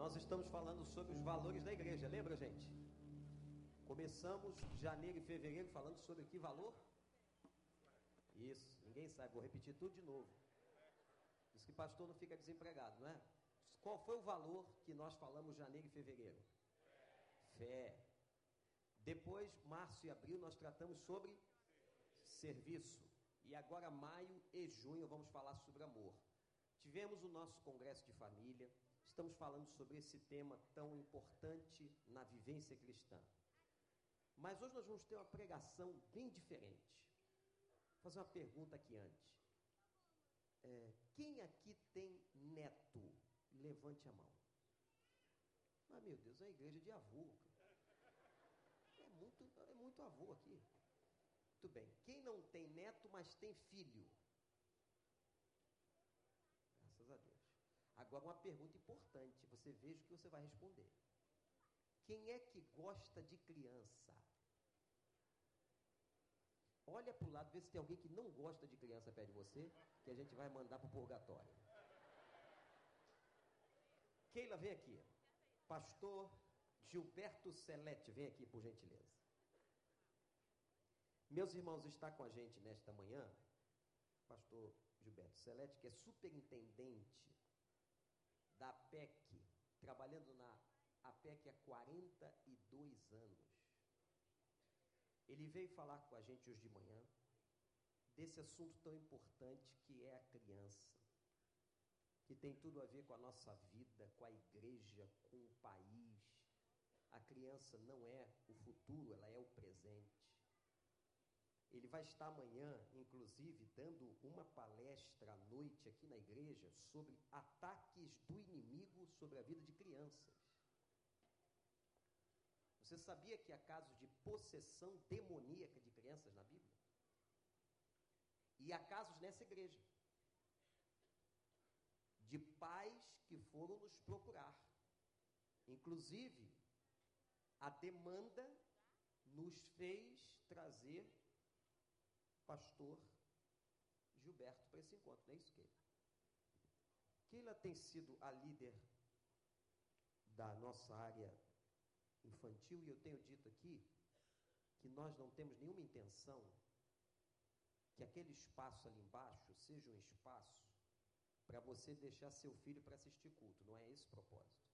Nós estamos falando sobre os valores da igreja, lembra, gente? Começamos janeiro e fevereiro falando sobre que valor? Isso, ninguém sabe, vou repetir tudo de novo. Diz que pastor não fica desempregado, não é? Qual foi o valor que nós falamos janeiro e fevereiro? Fé. Depois, março e abril, nós tratamos sobre serviço. E agora, maio e junho, vamos falar sobre amor. Tivemos o nosso congresso de família. Estamos falando sobre esse tema tão importante na vivência cristã. Mas hoje nós vamos ter uma pregação bem diferente. Vou fazer uma pergunta aqui antes. Quem aqui tem neto? Levante a mão. Ah, meu Deus, é a igreja de avô. É muito avô aqui. Muito bem. Quem não tem neto, mas tem filho? Graças a Deus. Agora uma pergunta importante. Você veja o que você vai responder. Quem é que gosta de criança? Olha para o lado, vê se tem alguém que não gosta de criança perto de você, que a gente vai mandar para o purgatório. Keila, vem aqui. Pastor Gilberto Celete, vem aqui, por gentileza. Meus irmãos, está com a gente nesta manhã, pastor Gilberto Celete, que é superintendente da APEC, trabalhando na APEC há 42 anos. Ele veio falar com a gente hoje de manhã desse assunto tão importante que é a criança, que tem tudo a ver com a nossa vida, com a igreja, com o país. A criança não é o futuro, ela é o presente. Ele vai estar amanhã, inclusive, dando uma palestra à noite aqui na igreja sobre ataques do inimigo sobre a vida de crianças. Você sabia que há casos de possessão demoníaca de crianças na Bíblia? E há casos nessa igreja de pais que foram nos procurar. Inclusive, a demanda nos fez trazer pastor Gilberto para esse encontro, não é isso, Keila? Keila tem sido a líder da nossa área infantil, e eu tenho dito aqui que nós não temos nenhuma intenção que aquele espaço ali embaixo seja um espaço para você deixar seu filho para assistir culto, não é esse o propósito.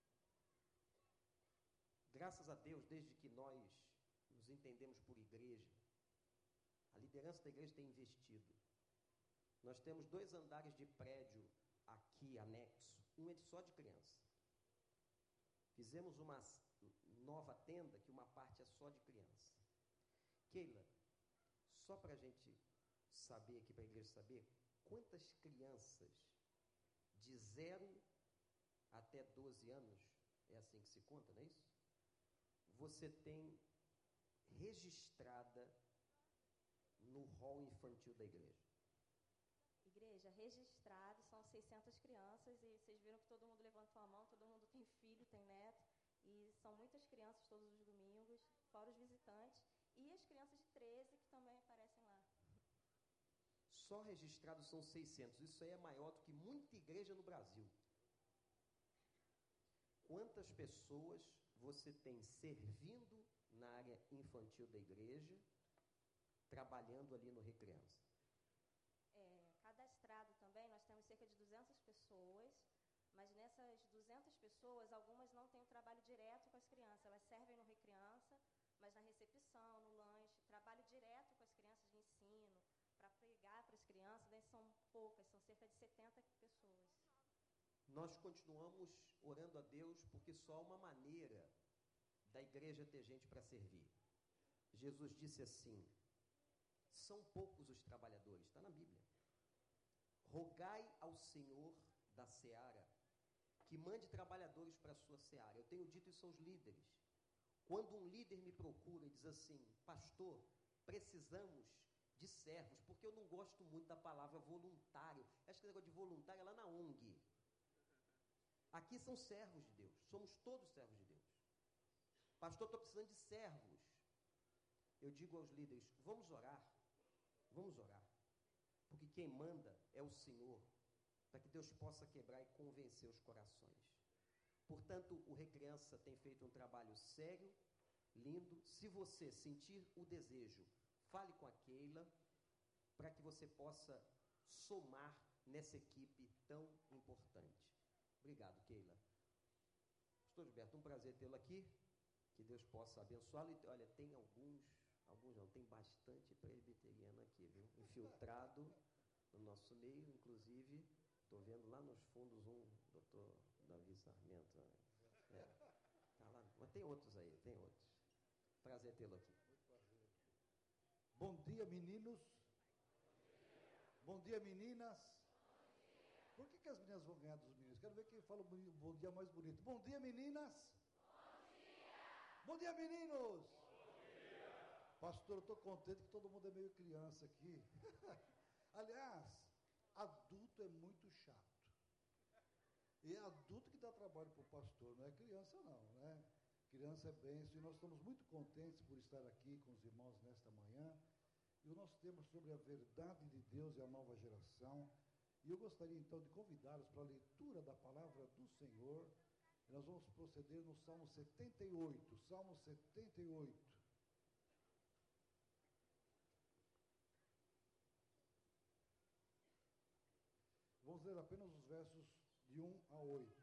Graças a Deus, desde que nós nos entendemos por igreja, a liderança da igreja tem investido. Nós temos 2 andares de prédio aqui anexo, um é só de criança. Fizemos uma nova tenda, que uma parte é só de criança. Keila, só para a gente saber aqui, para a igreja saber, quantas crianças de 0 até 12 anos, é assim que se conta, não é isso? Você tem registrada no hall infantil da igreja? Igreja, registrado, são 600 crianças, e vocês viram que todo mundo levantou a mão, todo mundo tem filho, tem neto, e são muitas crianças todos os domingos, fora os visitantes, e as crianças de 13 que também aparecem lá. Só registrados são 600, isso aí é maior do que muita igreja no Brasil. Quantas pessoas você tem servindo na área infantil da igreja, trabalhando ali no Recriança? Cadastrado também, nós temos cerca de 200 pessoas, mas nessas 200 pessoas, algumas não têm o trabalho direto com as crianças, elas servem no Recriança, mas na recepção, no lanche, trabalho direto com as crianças de ensino, para pregar para as crianças, daí são poucas, são cerca de 70 pessoas. Nós continuamos orando a Deus, porque só há uma maneira da igreja ter gente para servir. Jesus disse assim: são poucos os trabalhadores, está na Bíblia. Rogai ao Senhor da seara que mande trabalhadores para a sua seara. Eu tenho dito isso aos líderes. Quando um líder me procura e diz assim: pastor, precisamos de servos, porque eu não gosto muito da palavra voluntário. Acho que o negócio de voluntário é lá na ONG. Aqui são servos de Deus, somos todos servos de Deus. Pastor, estou precisando de servos. Eu digo aos líderes: vamos orar, porque quem manda é o Senhor, para que Deus possa quebrar e convencer os corações. Portanto, Portanto, o Recriança tem feito um trabalho sério, lindo. Se você sentir o desejo, fale com a Keila, para que você possa somar nessa equipe tão importante. Obrigado, Keila. Pastor Gilberto, um prazer tê-lo aqui. Que Deus possa abençoá-lo. E, olha, tem alguns não, tem bastante presbiteriano aqui, viu? Infiltrado no nosso meio, inclusive, estou vendo lá nos fundos doutor Davi Sarmento. Tá lá, mas tem outros aí, tem outros. Prazer tê-lo aqui. Muito prazer. Bom dia, meninos. Bom dia, meninas. Por que as meninas vão ganhar dos meninos? Quero ver quem fala o bom dia mais bonito. Bom dia, meninas. Bom dia, meninos! Bom dia! Pastor, eu estou contente que todo mundo é meio criança aqui. Aliás, adulto é muito chato. E é adulto que dá trabalho para o pastor, não é criança não, né? Criança é bênção, e nós estamos muito contentes por estar aqui com os irmãos nesta manhã. E o nosso tema sobre a verdade de Deus e a nova geração. E eu gostaria então de convidá-los para a leitura da palavra do Senhor. Nós vamos proceder no Salmo 78. Salmo 78. Vamos ler apenas os versos de 1 a 8.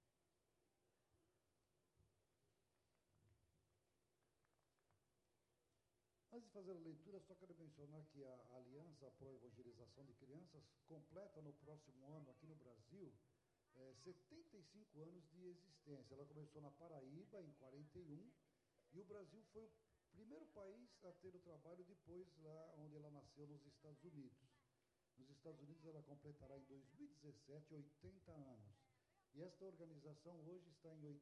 Antes de fazer a leitura, só quero mencionar que a Aliança para a Evangelização de Crianças completa no próximo ano, aqui no Brasil, 75 anos de existência. Ela começou na Paraíba em 41 e o Brasil foi o primeiro país a ter o trabalho depois lá onde ela nasceu, nos Estados Unidos. Nos Estados Unidos ela completará em 2017 80 anos. E esta organização hoje está em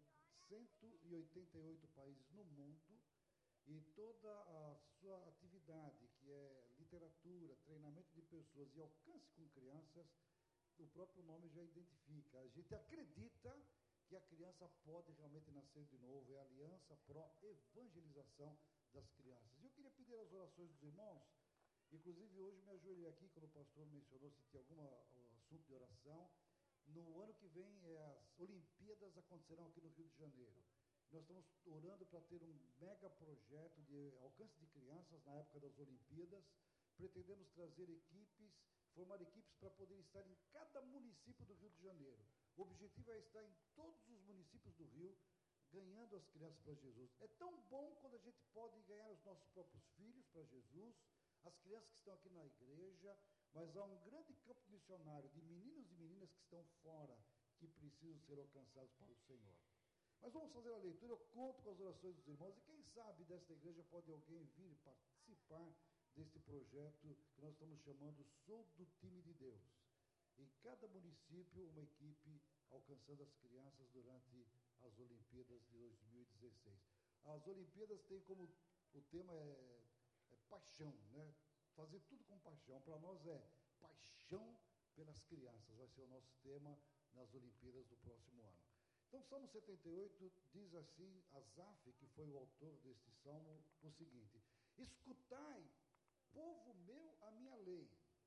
188 países no mundo e toda a sua atividade, que é literatura, treinamento de pessoas e alcance com crianças, o próprio nome já identifica. A gente acredita que a criança pode realmente nascer de novo. É a Aliança Pro Evangelização das Crianças. E eu queria pedir as orações dos irmãos. Inclusive, hoje me ajoelhei aqui, quando o pastor mencionou se tinha algum assunto de oração. No ano que vem, as Olimpíadas acontecerão aqui no Rio de Janeiro. Nós estamos orando para ter um mega projeto de alcance de crianças na época das Olimpíadas. Pretendemos trazer equipes, formar equipes para poder estar em cada município do Rio de Janeiro. O objetivo é estar em todos os municípios do Rio, ganhando as crianças para Jesus. É tão bom quando a gente pode ganhar os nossos próprios filhos para Jesus, as crianças que estão aqui na igreja, mas há um grande campo missionário de meninos e meninas que estão fora, que precisam ser alcançados para o Senhor. Mas vamos fazer a leitura. Eu conto com as orações dos irmãos, e quem sabe desta igreja pode alguém vir participar deste projeto que nós estamos chamando Sou do Time de Deus. Em cada município, uma equipe alcançando as crianças durante as Olimpíadas de 2016. As Olimpíadas têm como o tema é paixão, né? Fazer tudo com paixão. Para nós é paixão pelas crianças. Vai ser o nosso tema nas Olimpíadas do próximo ano. Então, Salmo 78 diz assim, Asaf, que foi o autor deste salmo, o seguinte: escutai, povo meu, a minha lei,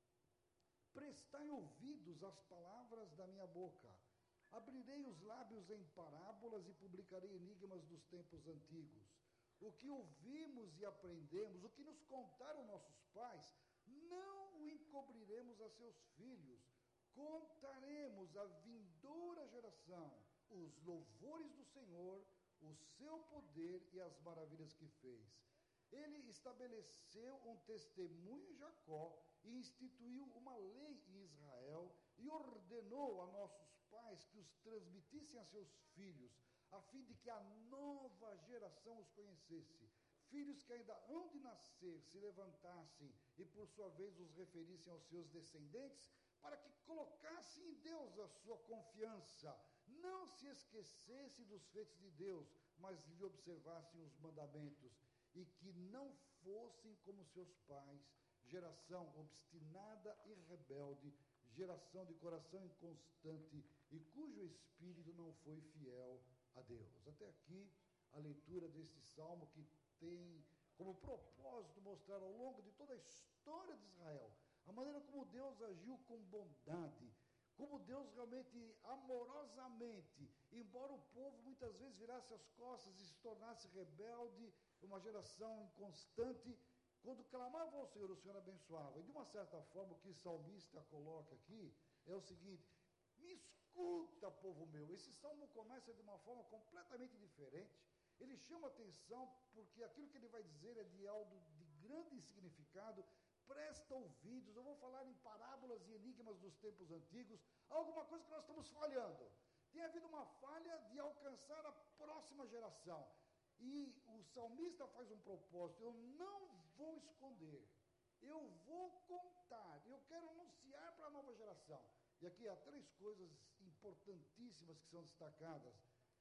prestai ouvidos às palavras da minha boca, abrirei os lábios em parábolas e publicarei enigmas dos tempos antigos. O que ouvimos e aprendemos, o que nos contaram nossos pais, não o encobriremos a seus filhos, contaremos à vindoura geração os louvores do Senhor, o seu poder e as maravilhas que fez. Ele estabeleceu um testemunho em Jacó e instituiu uma lei em Israel e ordenou a nossos pais que os transmitissem a seus filhos, a fim de que a nova geração os conhecesse. Filhos que ainda hão de nascer se levantassem e por sua vez os referissem aos seus descendentes, para que colocassem em Deus a sua confiança, não se esquecesse dos feitos de Deus, mas lhe observassem os mandamentos, e que não fossem como seus pais, geração obstinada e rebelde, geração de coração inconstante, e cujo espírito não foi fiel a Deus. Até aqui a leitura deste salmo, que tem como propósito mostrar ao longo de toda a história de Israel a maneira como Deus agiu com bondade, como Deus realmente, amorosamente, embora o povo muitas vezes virasse as costas e se tornasse rebelde, uma geração inconstante, quando clamavam ao Senhor, o Senhor abençoava. E de uma certa forma, o que o salmista coloca aqui é o seguinte: me escuta, povo meu. Esse salmo começa de uma forma completamente diferente. Ele chama atenção porque aquilo que ele vai dizer é de algo de grande significado. Presta ouvidos, eu vou falar em parábolas e enigmas dos tempos antigos, alguma coisa que nós estamos falhando. Tem havido uma falha de alcançar a próxima geração. E o salmista faz um propósito: eu não vou esconder, eu vou contar, eu quero anunciar para a nova geração. E aqui há 3 coisas importantíssimas que são destacadas.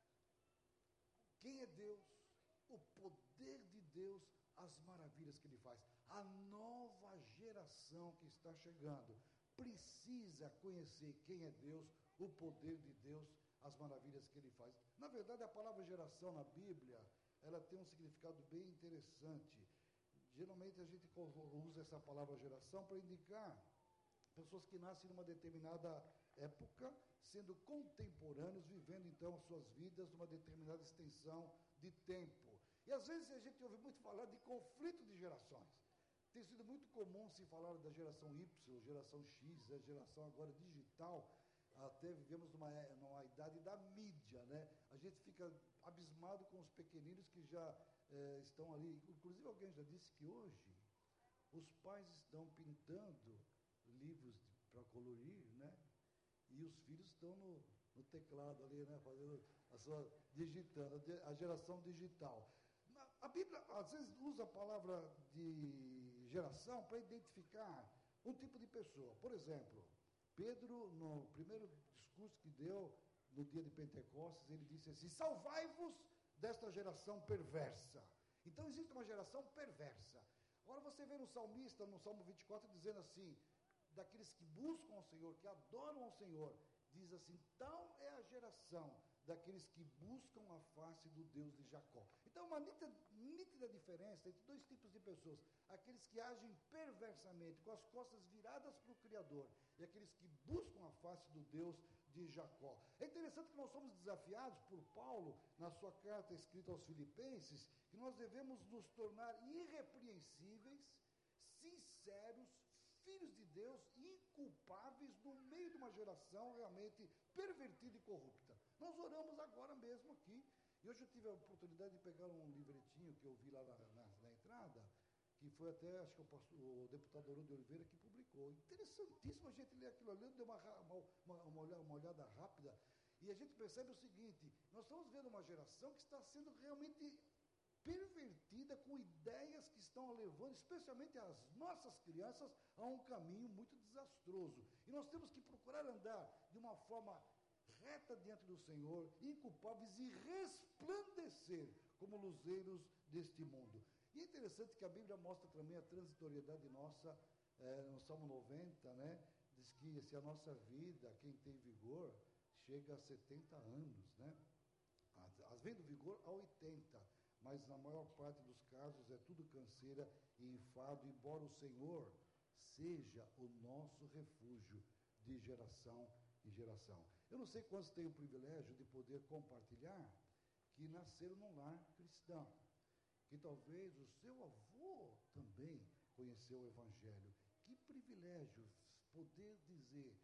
Quem é Deus? O poder de Deus, as maravilhas que Ele faz. A nova geração que está chegando precisa conhecer quem é Deus, o poder de Deus, as maravilhas que Ele faz. Na verdade, a palavra geração na Bíblia, ela tem um significado bem interessante. Geralmente a gente usa essa palavra geração para indicar pessoas que nascem numa determinada época, sendo contemporâneos, vivendo então as suas vidas numa determinada extensão de tempo. E às vezes a gente ouve muito falar de conflito de gerações. Tem sido muito comum se falar da geração Y, geração X, a geração agora digital. Até vivemos numa idade da mídia, né? A gente fica abismado com os pequeninos que já estão ali. Inclusive alguém já disse que hoje os pais estão pintando livros para colorir, né? E os filhos estão no teclado ali, né? Fazendo a sua, digitando, a geração digital. A Bíblia às vezes usa a palavra de geração para identificar um tipo de pessoa. Por exemplo, Pedro, no primeiro discurso que deu no dia de Pentecostes, ele disse assim: salvai-vos desta geração perversa. Então existe uma geração perversa. Agora você vê no salmista, no Salmo 24, dizendo assim, daqueles que buscam ao Senhor, que adoram ao Senhor, diz assim: tal é a geração daqueles que buscam a face do Deus de Jacó. Então, uma nítida diferença entre 2 tipos de pessoas: aqueles que agem perversamente, com as costas viradas para o Criador, e aqueles que buscam a face do Deus de Jacó. É interessante que nós somos desafiados por Paulo, na sua carta escrita aos Filipenses, que nós devemos nos tornar irrepreensíveis, sinceros, filhos de Deus, inculpáveis no meio de uma geração realmente pervertida e corrupta. Nós oramos agora mesmo aqui, e hoje eu tive a oportunidade de pegar um livretinho que eu vi lá na entrada, que foi até, acho que o deputado Haroldo de Oliveira que publicou. Interessantíssimo a gente ler aquilo ali, deu uma olhada rápida, e a gente percebe o seguinte: nós estamos vendo uma geração que está sendo realmente pervertida, com ideias que estão levando, especialmente as nossas crianças, a um caminho muito desastroso. E nós temos que procurar andar de uma forma reta diante do Senhor, inculpáveis, e resplandecer como luzeiros deste mundo. E é interessante que a Bíblia mostra também a transitoriedade nossa, no Salmo 90, né? Diz que se a nossa vida, quem tem vigor, chega a 70 anos, né? Às vezes do vigor a 80, mas na maior parte dos casos é tudo canseira e enfado, embora o Senhor seja o nosso refúgio de geração em geração. Eu não sei quantos têm o privilégio de poder compartilhar que nasceram num lar cristão, que talvez o seu avô também conheceu o Evangelho. Que privilégio poder dizer: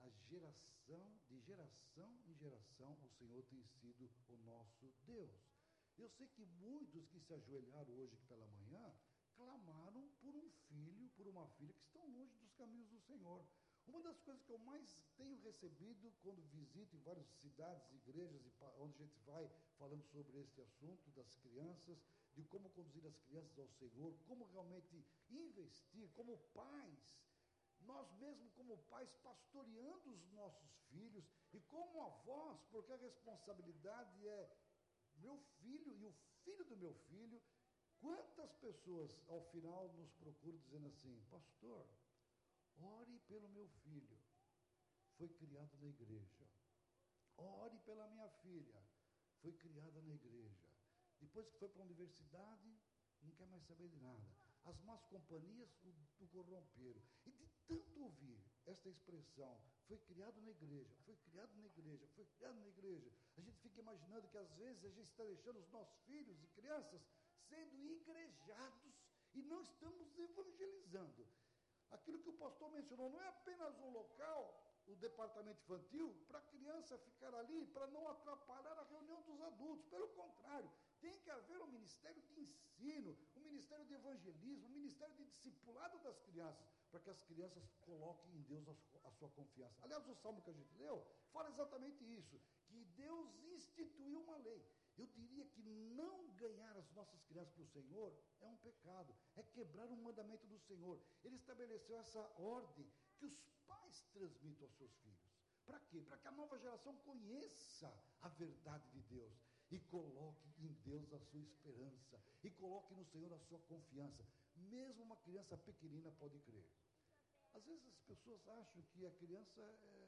de geração em geração, o Senhor tem sido o nosso Deus. Eu sei que muitos que se ajoelharam hoje pela manhã clamaram por um filho, por uma filha que estão longe dos caminhos do Senhor. Uma das coisas que eu mais tenho recebido quando visito em várias cidades, igrejas, onde a gente vai falando sobre este assunto das crianças, de como conduzir as crianças ao Senhor, como realmente investir, como pais, nós mesmos como pais pastoreando os nossos filhos, e como avós, porque a responsabilidade é meu filho e o filho do meu filho. Quantas pessoas ao final nos procuram dizendo assim: pastor, ore pelo meu filho, foi criado na igreja. Ore pela minha filha, foi criada na igreja. Depois que foi para a universidade, não quer mais saber de nada. as más companhias o corromperam. E de tanto ouvir esta expressão, foi criado na igreja, foi criado na igreja, foi criado na igreja, a gente fica imaginando que às vezes a gente está deixando os nossos filhos e crianças sendo igrejados e não estamos evangelizando. Aquilo que o pastor mencionou, não é apenas um local, o departamento infantil, para a criança ficar ali, para não atrapalhar a reunião dos adultos. Pelo contrário, tem que haver um ministério de ensino, um ministério de evangelismo, um ministério de discipulado das crianças, para que as crianças coloquem em Deus a sua confiança. Aliás, o salmo que a gente leu fala exatamente isso, que Deus instituiu uma lei. Eu diria que não ganhar as nossas crianças para o Senhor é um pecado, é quebrar um mandamento do Senhor. Ele estabeleceu essa ordem que os pais transmitam aos seus filhos. Para quê? Para que a nova geração conheça a verdade de Deus e coloque em Deus a sua esperança e coloque no Senhor a sua confiança. Mesmo uma criança pequenina pode crer. Às vezes as pessoas acham que a criança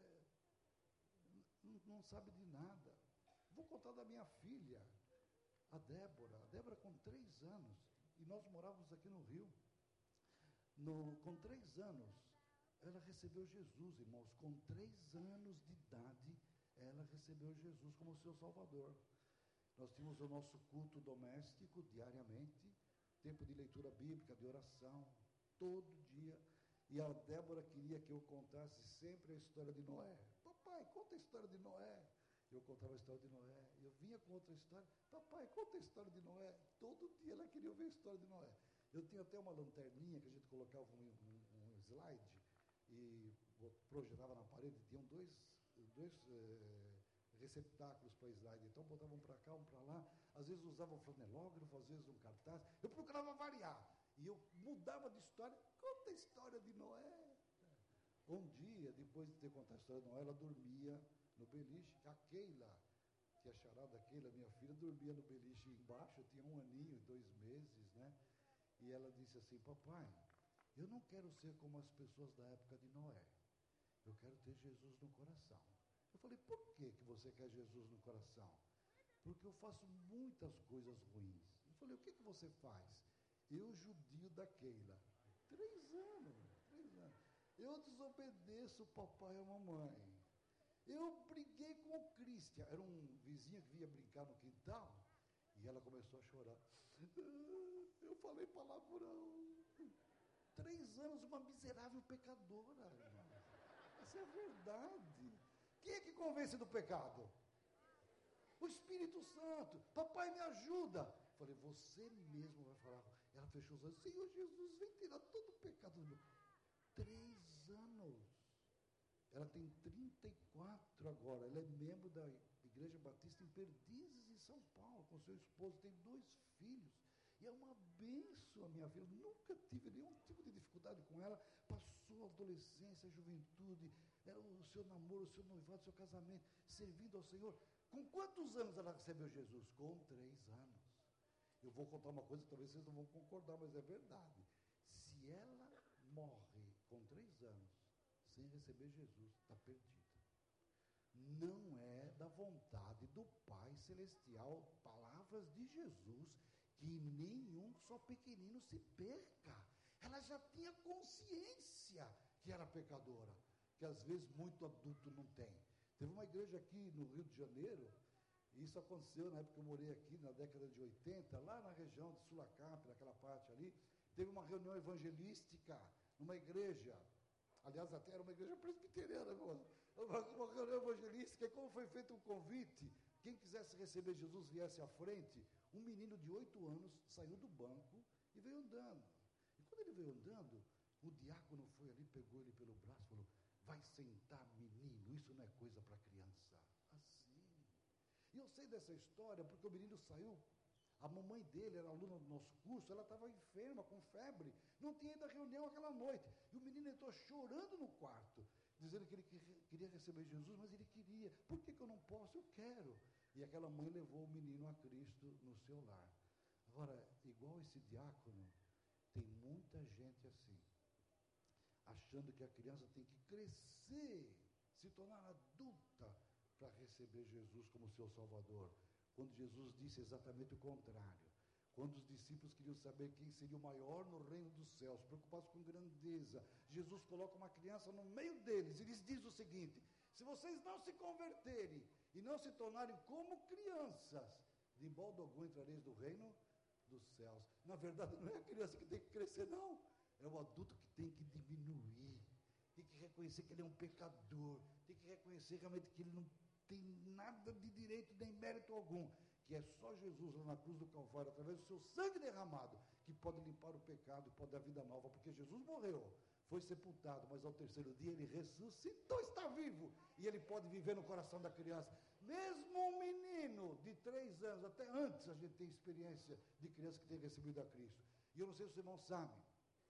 não sabe de nada. Vou contar da minha filha, a Débora com 3 anos, e nós morávamos aqui no Rio. Com 3 anos, ela recebeu Jesus, irmãos. Com 3 anos de idade, ela recebeu Jesus como seu Salvador. Nós tínhamos o nosso culto doméstico diariamente, tempo de leitura bíblica, de oração, todo dia. E a Débora queria que eu contasse sempre a história de Noé. Papai, conta a história de Noé. Eu contava a história de Noé. Eu vinha com outra história. Papai, conta a história de Noé. Todo dia ela queria ouvir a história de Noé. Eu tinha até uma lanterninha que a gente colocava um slide e projetava na parede. Tinham dois receptáculos para slide. Então botava um para cá, um para lá. Às vezes usava um flanelógrafo, às vezes um cartaz. Eu procurava variar. E eu mudava de história. Conta a história de Noé. Um dia, depois de ter contado a história de Noé, ela dormia no beliche. A Keila, que é a charada Keila, minha filha, dormia no beliche embaixo. Eu tinha 1 aninho e 2 meses, né? E ela disse assim: papai, eu não quero ser como as pessoas da época de Noé. Eu quero ter Jesus no coração. Eu falei: por que você quer Jesus no coração? Porque eu faço muitas coisas ruins. Eu falei: o que você faz? Eu judio da Keila. 3 anos. Eu desobedeço o papai e a mamãe. Eu briguei com o Cristian. Era um vizinho que vinha brincar no quintal. E ela começou a chorar. Eu falei palavrão. 3 anos, uma miserável pecadora, irmão. Essa é a verdade. Quem é que convence do pecado? O Espírito Santo. Papai, me ajuda. Falei: você mesmo vai falar. Ela fechou os olhos. Senhor Jesus, vem tirar todo o pecado do meu. 3 anos. Ela tem 34 agora. Ela é membro da Igreja Batista em Perdizes, em São Paulo, com seu esposo. Tem 2 filhos. E é uma bênção a minha filha. Nunca tive nenhum tipo de dificuldade com ela. Passou a adolescência, a juventude, o seu namoro, o seu noivado, o seu casamento, servindo ao Senhor. Com quantos anos ela recebeu Jesus? Com 3 anos. Eu vou contar uma coisa, talvez vocês não vão concordar, mas é verdade. Se ela morre com 3 anos, sem receber Jesus, está perdida. Não é da vontade do Pai Celestial, palavras de Jesus, que nenhum só pequenino se perca. Ela já tinha consciência que era pecadora, que às vezes muito adulto não tem. Teve uma igreja aqui no Rio de Janeiro, e isso aconteceu na época que eu morei aqui, na década de 80, lá na região de Sulacap, naquela parte ali. Teve uma reunião evangelística numa igreja, aliás, até era uma igreja presbiteriana, uma reunião evangelística, e como foi feito um convite, quem quisesse receber Jesus viesse à frente. Um menino de 8 anos saiu do banco e veio andando. E quando ele veio andando, o diácono foi ali, pegou ele pelo braço e falou: vai sentar, menino, isso não é coisa para criança. Assim. E eu sei dessa história porque o menino saiu. A mamãe dele era aluna do nosso curso, ela estava enferma, com febre, não tinha ido à reunião aquela noite. E o menino entrou chorando no quarto, dizendo que ele queria receber Jesus, mas ele queria. Por que eu não posso? Eu quero. E aquela mãe levou o menino a Cristo no seu lar. Agora, igual esse diácono, tem muita gente assim, achando que a criança tem que crescer, se tornar adulta, para receber Jesus como seu Salvador. Quando Jesus disse exatamente o contrário. quando os discípulos queriam saber quem seria o maior no reino dos céus, preocupados com grandeza, Jesus coloca uma criança no meio deles e lhes diz o seguinte: se vocês não se converterem e não se tornarem como crianças, de modo algum entrareis no reino dos céus. Na verdade, não é a criança que tem que crescer, não. É o adulto que tem que diminuir. Tem que reconhecer que ele é um pecador. Tem que reconhecer realmente que ele não tem nada de direito nem mérito algum. Que é só Jesus lá na cruz do Calvário, através do seu sangue derramado, que pode limpar o pecado e pode dar vida nova. Porque Jesus morreu, foi sepultado, mas ao terceiro dia ele ressuscitou, está vivo. E ele pode viver no coração da criança. Mesmo um menino de 3 anos, até antes a gente tem experiência de criança que tem recebido a Cristo. E eu não sei se os irmãos sabem,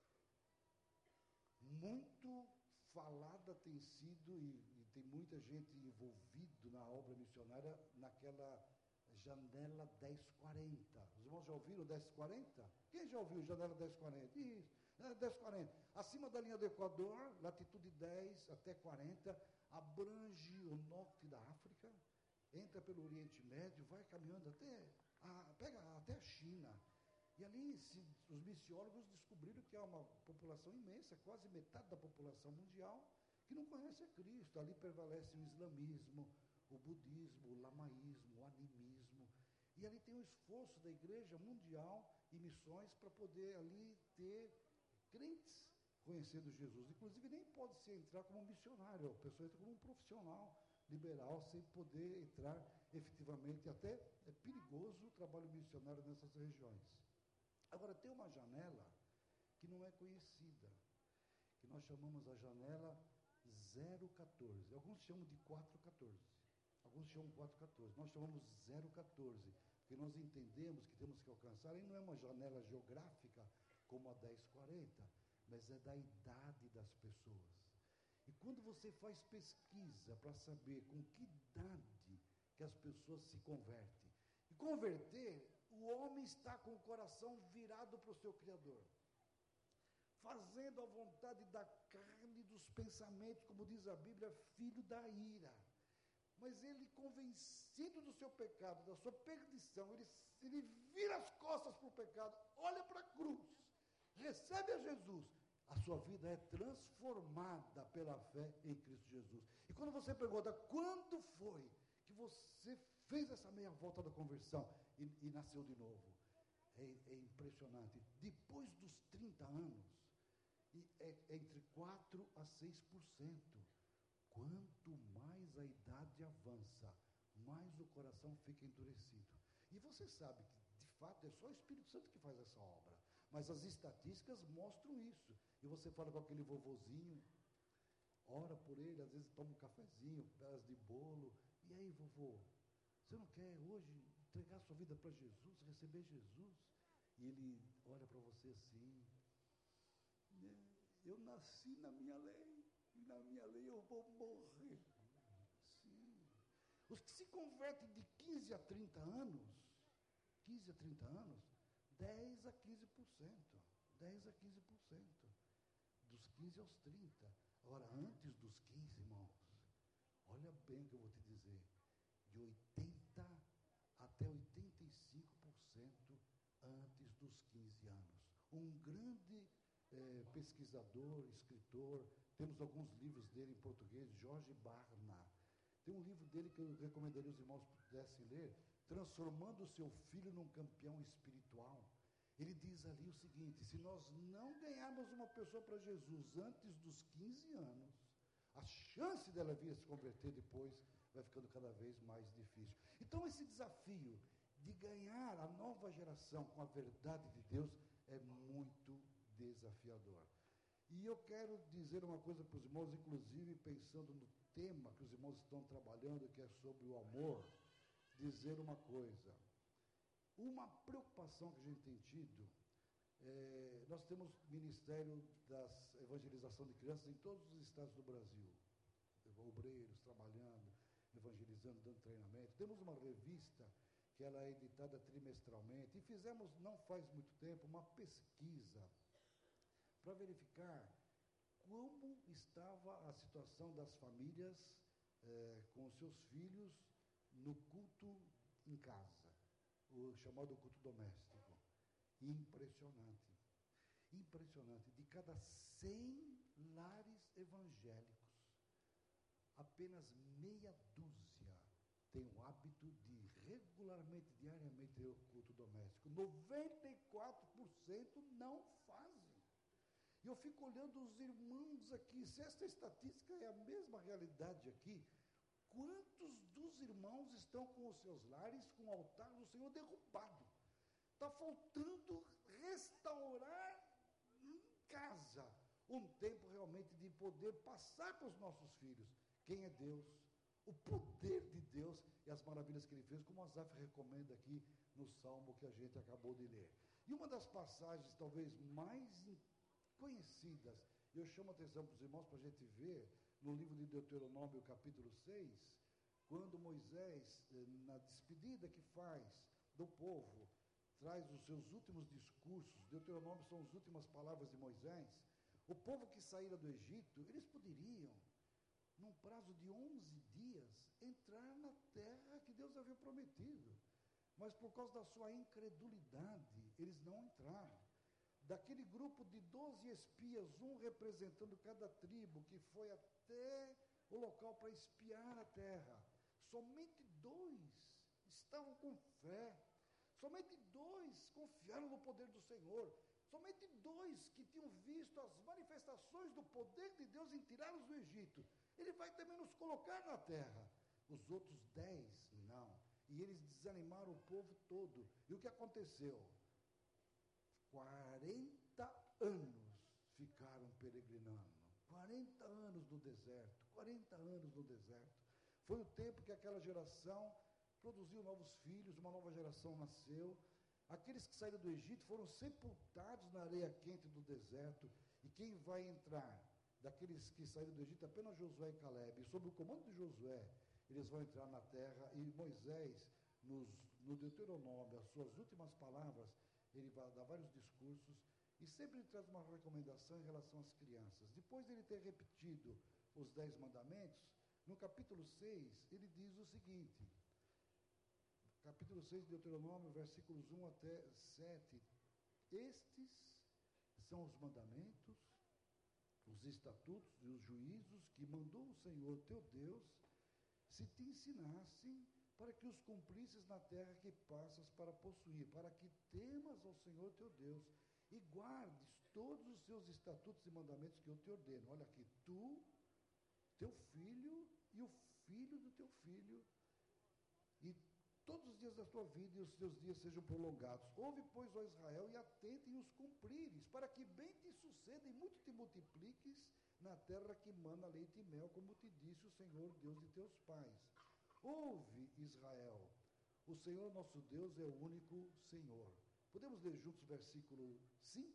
muito falada tem sido, e tem muita gente envolvido na obra missionária, naquela janela 1040. Os irmãos já ouviram 1040? Quem já ouviu janela 1040? Isso, 1040. Acima da linha do Equador, latitude 10 até 40, abrange o norte da África, entra pelo Oriente Médio, vai caminhando pega até a China. E ali os missiólogos descobriram que há uma população imensa, quase metade da população mundial, que não conhece a Cristo. Ali prevalece o islamismo, o budismo, o lamaísmo, o animismo. E ali tem um esforço da igreja mundial e missões para poder ali ter crentes conhecendo Jesus. Inclusive nem pode se entrar como missionário, a pessoa entra como um profissional liberal sem poder entrar efetivamente. Até é perigoso o trabalho missionário nessas regiões. Agora, tem uma janela que não é conhecida, que nós chamamos a janela 014. Alguns chamam de 414. Alguns chamam 414. Nós chamamos 014, porque nós entendemos que temos que alcançar, e não é uma janela geográfica como a 1040, mas é da idade das pessoas. E quando você faz pesquisa para saber com que idade que as pessoas se convertem, e converter, o homem está com o coração virado para o seu Criador, fazendo a vontade da carne, dos pensamentos, como diz a Bíblia, filho da ira. Mas ele, convencido do seu pecado, da sua perdição, ele vira as costas para o pecado, olha para a cruz, recebe a Jesus. A sua vida é transformada pela fé em Cristo Jesus. E quando você pergunta quando foi que você fez essa meia volta da conversão e nasceu de novo, é impressionante. Depois dos 30 anos, é entre 4% a 6%. Quanto mais a idade avança, mais o coração fica endurecido. E você sabe que, de fato, é só o Espírito Santo que faz essa obra. Mas as estatísticas mostram isso. E você fala com aquele vovozinho, ora por ele, às vezes toma um cafezinho, pedaço de bolo. E aí, vovô, você não quer hoje entregar sua vida para Jesus, receber Jesus? E ele olha para você assim: eu nasci na minha lei, e na minha lei eu vou morrer. Sim. Os que se convertem de 15 a 30 anos, 10 a 15%. 10 a 15%. Dos 15 aos 30. Agora, antes dos 15, irmãos, olha bem o que eu vou te dizer, de 80 até 85% antes dos 15 anos. Um grande pesquisador, escritor, temos alguns livros dele em português, Jorge Barna. Tem um livro dele que eu recomendaria os irmãos pudessem ler, Transformando o Seu Filho num Campeão Espiritual. Ele diz ali o seguinte: se nós não ganharmos uma pessoa para Jesus antes dos 15 anos, a chance dela vir a se converter depois vai ficando cada vez mais difícil. Então, esse desafio de ganhar a nova geração com a verdade de Deus é muito desafiador. E eu quero dizer uma coisa para os irmãos, inclusive pensando no tema que os irmãos estão trabalhando, que é sobre o amor, dizer uma coisa. Uma preocupação que a gente tem tido, nós temos Ministério da Evangelização de Crianças em todos os estados do Brasil, obreiros trabalhando, evangelizando, dando treinamento. Temos uma revista que ela é editada trimestralmente, e fizemos, não faz muito tempo, uma pesquisa para verificar como estava a situação das famílias com os seus filhos no culto em casa, o chamado culto doméstico. Impressionante. Impressionante. De cada 100 lares evangélicos, apenas meia dúzia tem o hábito de regularmente, diariamente, ter o culto doméstico. 94% não fazem. E eu fico olhando os irmãos aqui, se esta estatística é a mesma realidade aqui, quantos dos irmãos estão com os seus lares, com o altar do Senhor derrubado? Está faltando restaurar em casa um tempo realmente de poder passar para os nossos filhos quem é Deus, o poder de Deus e as maravilhas que Ele fez, como Asaf recomenda aqui no Salmo que a gente acabou de ler. E uma das passagens talvez mais conhecidas, eu chamo a atenção para os irmãos para a gente ver, no livro de Deuteronômio, capítulo 6, quando Moisés, na despedida que faz do povo, traz os seus últimos discursos. Deuteronômio são as últimas palavras de Moisés. O povo que saíra do Egito, eles poderiam, num prazo de 11 dias, entrar na terra que Deus havia prometido. Mas por causa da sua incredulidade, eles não entraram. Daquele grupo de 12 espias, um representando cada tribo, que foi até o local para espiar a terra, somente 2 estavam com fé. Somente 2 confiaram no poder do Senhor. Somente 2 que tinham visto as manifestações do poder de Deus em tirá-los do Egito. Ele vai também nos colocar na terra. Os outros 10, não. E eles desanimaram o povo todo. E o que aconteceu? 40 anos ficaram peregrinando. 40 anos no deserto. 40 anos no deserto. Foi o tempo que aquela geração produziu novos filhos, uma nova geração nasceu. Aqueles que saíram do Egito foram sepultados na areia quente do deserto. E quem vai entrar? Daqueles que saíram do Egito, apenas Josué e Caleb. E sob o comando de Josué, eles vão entrar na terra. E Moisés, no Deuteronômio, as suas últimas palavras, ele vai dar vários discursos. E sempre ele traz uma recomendação em relação às crianças. Depois de ele ter repetido os 10 mandamentos, no capítulo 6, ele diz o seguinte... Capítulo 6 de Deuteronômio, versículos 1 até 7. Estes são os mandamentos, os estatutos e os juízos que mandou o Senhor teu Deus, se te ensinassem, para que os cumprisses na terra que passas para possuir, para que temas ao Senhor teu Deus e guardes todos os seus estatutos e mandamentos que eu te ordeno. Olha aqui, tu, teu filho e o filho do teu filho, e todos os dias da tua vida e os teus dias sejam prolongados. Ouve, pois, ó Israel, e atente em os cumprires, para que bem te suceda e muito te multipliques na terra que mana leite e mel, como te disse o Senhor, Deus de teus pais. Ouve, Israel, o Senhor nosso Deus é o único Senhor. Podemos ler juntos o versículo 5?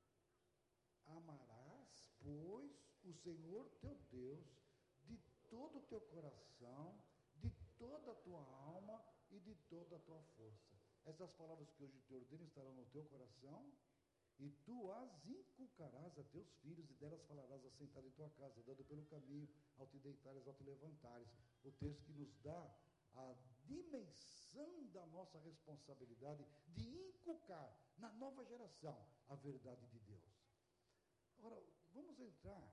Amarás, pois, o Senhor teu Deus de todo o teu coração, de toda a tua alma e de toda a tua força. Essas palavras que hoje te ordeno estarão no teu coração, e tu as inculcarás a teus filhos, e delas falarás assentado em tua casa, dando pelo caminho, ao te deitares, ao te levantares. O texto que nos dá a dimensão da nossa responsabilidade de inculcar na nova geração a verdade de Deus. Agora, vamos entrar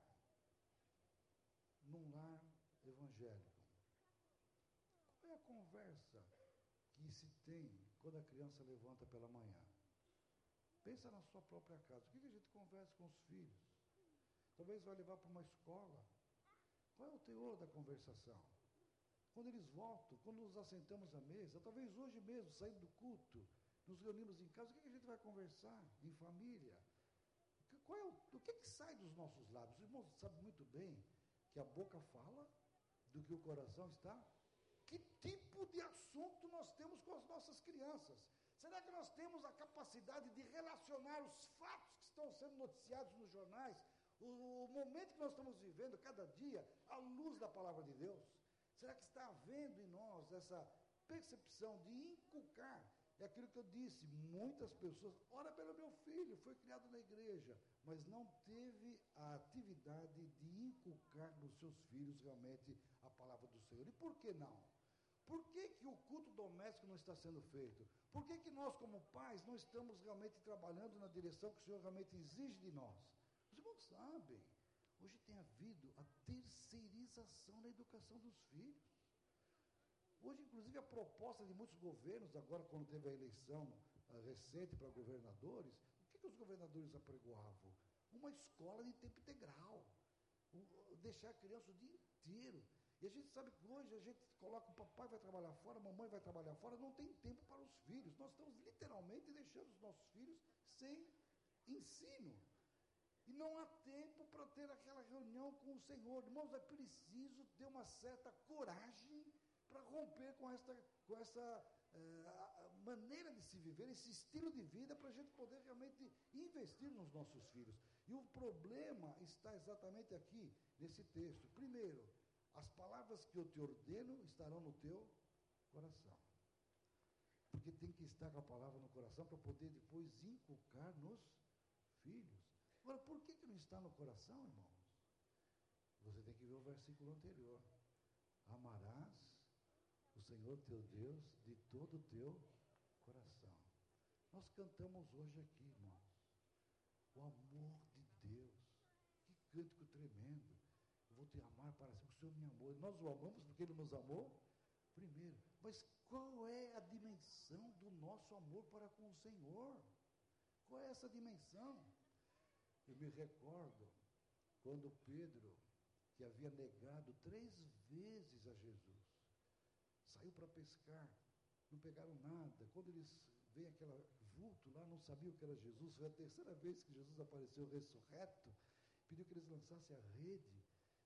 num lar evangélico. Qual é a conversa que se tem quando a criança levanta pela manhã? Pensa na sua própria casa. O que a gente conversa com os filhos? Talvez vai levar para uma escola. Qual é o teor da conversação? Quando eles voltam, quando nos assentamos à mesa, talvez hoje mesmo, saindo do culto, nos reunimos em casa, o que a gente vai conversar em família? O que sai dos nossos lábios? Os irmãos sabem muito bem que a boca fala do que o coração está. Que tipo de assunto nós temos com as nossas crianças? Será que nós temos a capacidade de relacionar os fatos que estão sendo noticiados nos jornais, o momento que nós estamos vivendo cada dia, à luz da palavra de Deus? Será que está havendo em nós essa percepção de inculcar? É aquilo que eu disse, muitas pessoas, ora pelo meu filho, foi criado na igreja, mas não teve a atividade de inculcar nos seus filhos realmente a palavra do Senhor. E por que não? Por que o culto doméstico não está sendo feito? Por que nós, como pais, não estamos realmente trabalhando na direção que o Senhor realmente exige de nós? Os irmãos sabem, hoje tem havido a terceirização na educação dos filhos. Hoje, inclusive, a proposta de muitos governos, agora quando teve a eleição recente para governadores, o que os governadores apregoavam? Uma escola de tempo integral, deixar a criança o dia inteiro. E a gente sabe que hoje a gente coloca o papai vai trabalhar fora, a mamãe vai trabalhar fora, não tem tempo para os filhos. Nós estamos literalmente deixando os nossos filhos sem ensino. E não há tempo para ter aquela reunião com o Senhor. Irmãos, é preciso ter uma certa coragem para romper com essa maneira de se viver, esse estilo de vida, para a gente poder realmente investir nos nossos filhos. E o problema está exatamente aqui, nesse texto. Primeiro, as palavras que eu te ordeno estarão no teu coração. Porque tem que estar com a palavra no coração para poder depois inculcar nos filhos. Agora, por que não está no coração, irmãos? Você tem que ver o versículo anterior. Amarás o Senhor teu Deus de todo o teu coração. Nós cantamos hoje aqui, irmãos, o amor de Deus. Que cântico tremendo. Eu vou te amar para sempre, o Senhor me amou. Nós o amamos porque Ele nos amou primeiro. Mas qual é a dimensão do nosso amor para com o Senhor? Qual é essa dimensão? Eu me recordo quando Pedro, que havia negado 3 vezes a Jesus, saiu para pescar, não pegaram nada. Quando eles veem aquele vulto lá, não sabiam que era Jesus. Foi a 3ª vez que Jesus apareceu ressurreto, pediu que eles lançassem a rede.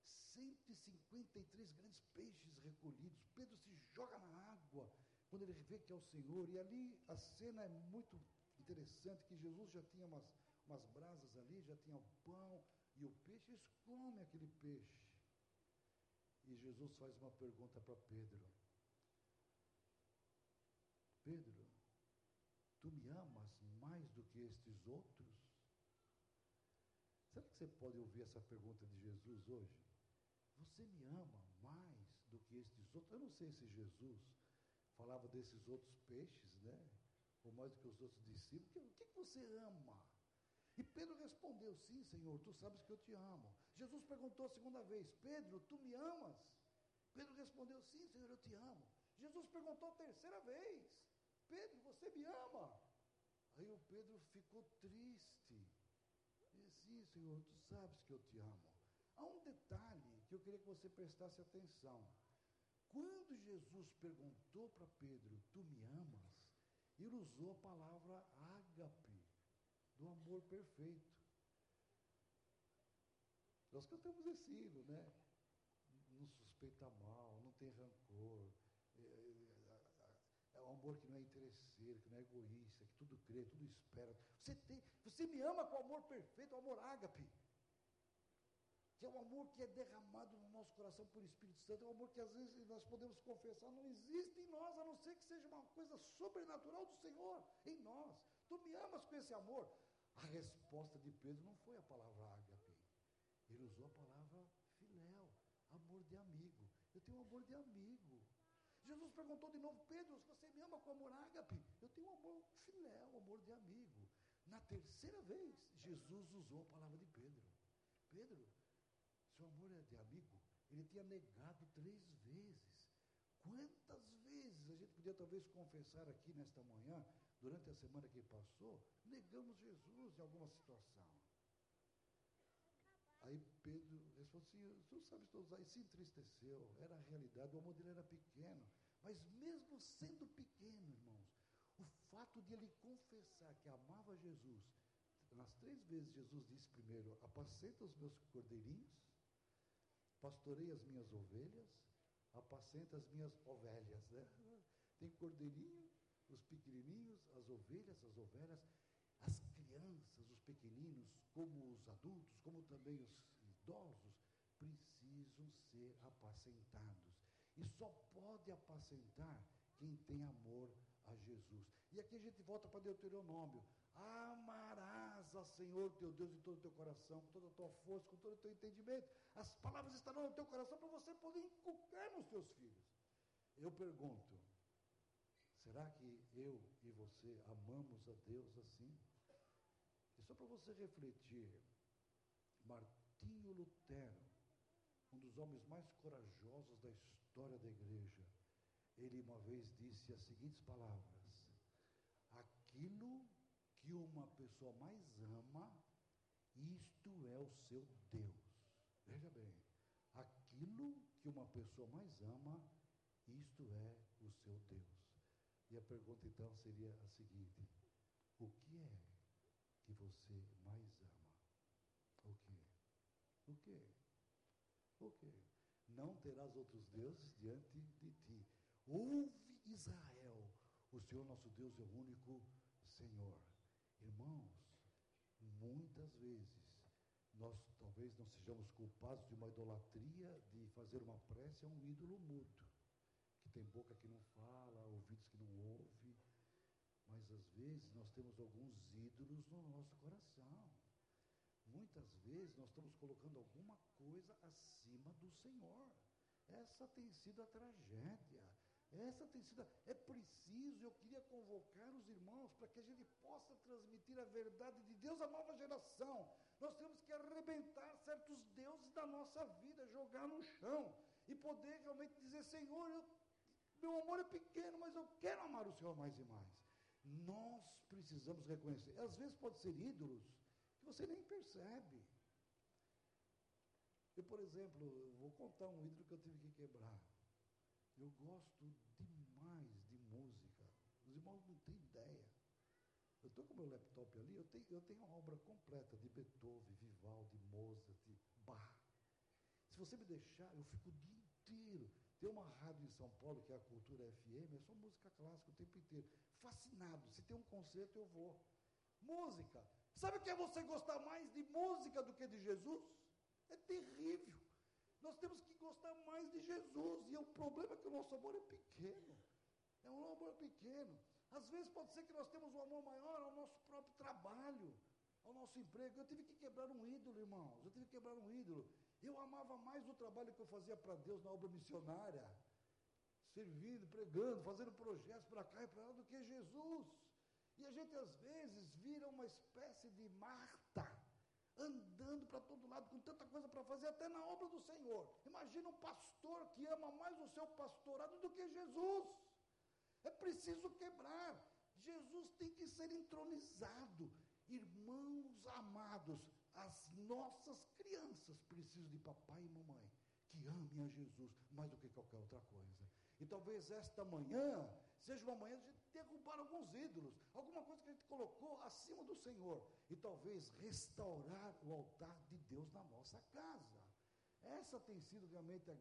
153 grandes peixes recolhidos. Pedro se joga na água quando ele vê que é o Senhor. E ali a cena é muito interessante, que Jesus já tinha umas brasas ali, já tinha o pão e o peixe. Eles comem aquele peixe. E Jesus faz uma pergunta para Pedro. Pedro, tu me amas mais do que estes outros? Será que você pode ouvir essa pergunta de Jesus hoje? Você me ama mais do que estes outros? Eu não sei se Jesus falava desses outros peixes, né? Ou mais do que os outros discípulos. O que você ama? E Pedro respondeu, sim, Senhor, tu sabes que eu te amo. Jesus perguntou a 2ª vez, Pedro, tu me amas? Pedro respondeu, sim, Senhor, eu te amo. Jesus perguntou a 3ª vez, Pedro, você me ama? Aí o Pedro ficou triste. Disse, sim, Senhor, tu sabes que eu te amo. Há um detalhe que eu queria que você prestasse atenção. Quando Jesus perguntou para Pedro, tu me amas? Ele usou a palavra ágape, do amor perfeito. Nós cantamos esse hino, né? Não suspeita mal, não tem rancor, é um amor que não é interesseiro, que não é egoísta, que tudo crê, tudo espera. Você me ama com o amor perfeito, o amor ágape, que é um amor que é derramado no nosso coração por Espírito Santo, é um amor que às vezes nós podemos confessar, não existe em nós, a não ser que seja uma coisa sobrenatural do Senhor em nós. Tu me amas com esse amor? A resposta de Pedro não foi a palavra ágape, ele usou a palavra filéu, amor de amigo. Eu tenho um amor de amigo. Jesus perguntou de novo, Pedro, você me ama com amor ágape? Eu tenho um amor filéu, amor de amigo. Na 3ª vez, Jesus usou a palavra de Pedro. Pedro, seu amor é de amigo? Ele tinha negado 3 vezes. Quantas vezes a gente podia talvez confessar aqui nesta manhã, durante a semana que passou, negamos Jesus em alguma situação. Aí Pedro respondeu assim, tu sabes todos aí, se entristeceu, era a realidade, o amor dele era pequeno, mas mesmo sendo pequeno, irmãos, o fato de ele confessar que amava Jesus, nas 3 vezes Jesus disse primeiro, apacenta os meus cordeirinhos, pastorei as minhas ovelhas, apacenta as minhas ovelhas, né? Tem cordeirinho, os pequenininhos, as ovelhas, as crianças, os pequeninos, como os adultos, como também os idosos, precisam ser apacentados. E só pode apacentar quem tem amor a Jesus. E aqui a gente volta para Deuteronômio. Amarás ao Senhor teu Deus de todo o teu coração, com toda a tua força, com todo o teu entendimento. As palavras estarão no teu coração para você poder inculcar nos teus filhos. Eu pergunto, será que eu e você amamos a Deus assim? E só para você refletir, Martinho Lutero, um dos homens mais corajosos da história da igreja, ele uma vez disse as seguintes palavras: aquilo que uma pessoa mais ama, isto é o seu Deus. Veja bem, aquilo que uma pessoa mais ama, isto é o seu Deus. E a pergunta então seria a seguinte: o que é que você mais ama? O que? O que? O que? Não terás outros deuses diante de ti. Ouve, Israel, o Senhor nosso Deus é o único Senhor. Irmãos, muitas vezes nós talvez não sejamos culpados de uma idolatria, de fazer uma prece a um ídolo mudo, que tem boca que não fala, ouvidos que não ouvem, mas às vezes nós temos alguns ídolos no nosso coração. Muitas vezes nós estamos colocando alguma coisa acima do Senhor. Essa tem sido a tragédia. Essa tem sido. É preciso, eu queria convocar os irmãos para que a gente possa transmitir a verdade de Deus à nova geração. Nós temos que arrebentar certos deuses da nossa vida, jogar no chão e poder realmente dizer: Senhor, meu amor é pequeno, mas eu quero amar o Senhor mais e mais. Nós precisamos reconhecer. Às vezes pode ser ídolos que você nem percebe. Eu, por exemplo, vou contar um ídolo que eu tive que quebrar. Eu gosto demais de música. Os irmãos não têm ideia. Eu estou com o meu laptop ali, eu tenho uma obra completa de Beethoven, Vivaldi, Mozart, Bach. Se você me deixar, eu fico o dia inteiro. Tem uma rádio em São Paulo, que é a Cultura FM, é só música clássica o tempo inteiro. Fascinado. Se tem um concerto, eu vou. Música. Sabe o que é você gostar mais de música do que de Jesus? É terrível. Nós temos que gostar mais de Jesus. E o problema é que o nosso amor é pequeno. É um amor pequeno. Às vezes pode ser que nós temos um amor maior ao nosso próprio trabalho, ao nosso emprego. Eu tive que quebrar um ídolo, irmãos. Eu tive que quebrar um ídolo. Eu amava mais o trabalho que eu fazia para Deus na obra missionária, servindo, pregando, fazendo projetos para cá e para lá, do que Jesus. E a gente às vezes vira uma espécie de Marta, andando para todo lado, com tanta coisa para fazer, até na obra do Senhor. Imagina um pastor que ama mais o seu pastorado do que Jesus. É preciso quebrar. Jesus tem que ser entronizado. Irmãos amados, as nossas crianças precisam de papai e mamãe que amem a Jesus mais do que qualquer outra coisa. E talvez esta manhã seja uma manhã de derrubar alguns ídolos, alguma coisa que a gente colocou acima do Senhor, e talvez restaurar o altar de Deus na nossa casa. Essa tem sido realmente o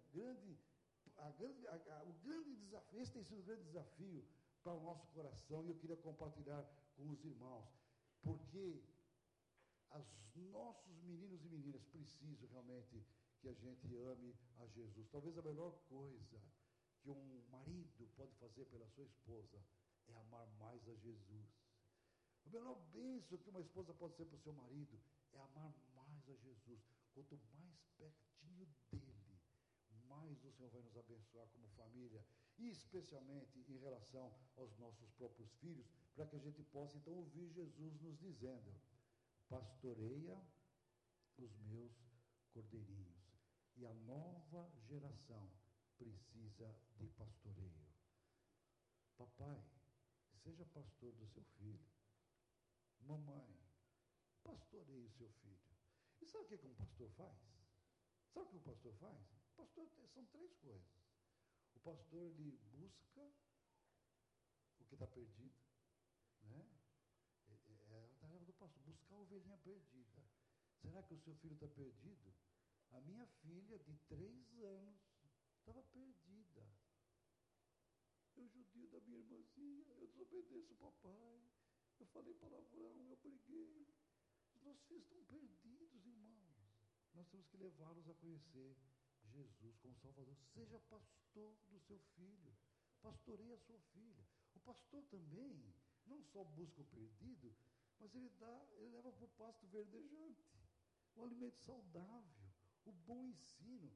grande desafio. Esse tem sido o grande desafio para o nosso coração, e eu queria compartilhar com os irmãos, porque os nossos meninos e meninas precisam realmente que a gente ame a Jesus. Talvez a melhor coisa que um marido pode fazer pela sua esposa é amar mais a Jesus. A melhor bênção que uma esposa pode ser para o seu marido é amar mais a Jesus. Quanto mais pertinho dele, mais o Senhor vai nos abençoar como família, e especialmente em relação aos nossos próprios filhos, para que a gente possa então ouvir Jesus nos dizendo: pastoreia os meus cordeirinhos. E a nova geração precisa de pastoreio. Papai, seja pastor do seu filho. Mamãe, pastoreie o seu filho. E sabe o que um pastor faz? Sabe o que um pastor faz? O pastor são três coisas. O pastor, ele busca o que está perdido, né? É a tarefa do pastor, buscar a ovelhinha perdida. Será que o seu filho está perdido? A minha filha de 3 anos estava perdida. Eu judio da minha irmãzinha, eu desobedeço o papai, eu falei palavrão, eu briguei. Os nossos filhos estão perdidos, irmãos. Nós temos que levá-los a conhecer Jesus como Salvador. Seja pastor do seu filho, pastoreie a sua filha. O pastor também não só busca o perdido, mas ele leva para o pasto verdejante, o alimento saudável, o bom ensino.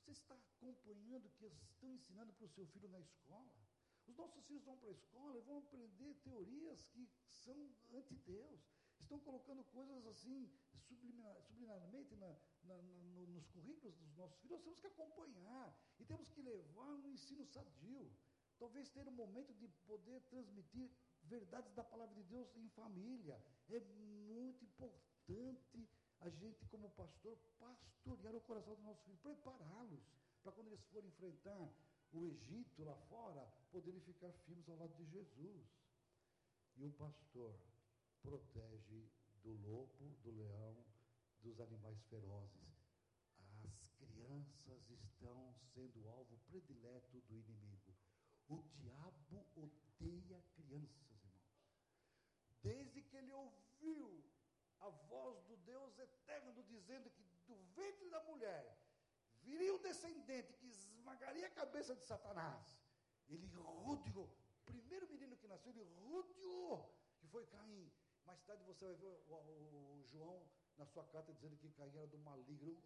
Você está acompanhando o que estão ensinando para o seu filho na escola? Os nossos filhos vão para a escola e vão aprender teorias que são anti-Deus. Estão colocando coisas assim, subliminarmente nos currículos dos nossos filhos. Nós temos que acompanhar e temos que levar um ensino sadio. Talvez ter um momento de poder transmitir verdades da palavra de Deus em família. É muito importante a gente, como pastor, pastorear o coração dos nossos filhos, prepará-los para quando eles forem enfrentar o Egito lá fora, poderem ficar firmes ao lado de Jesus. E o pastor protege do lobo, do leão, dos animais ferozes. As crianças estão sendo alvo predileto do inimigo. O diabo odeia crianças, irmãos. Desde que ele ouviu a voz do Deus eterno dizendo que do ventre da mulher viria um descendente que esmagaria a cabeça de Satanás, ele rodeou. O primeiro menino que nasceu, ele rodeou, que foi Caim. Mais tarde você vai ver o João na sua carta dizendo que Caim era do maligno.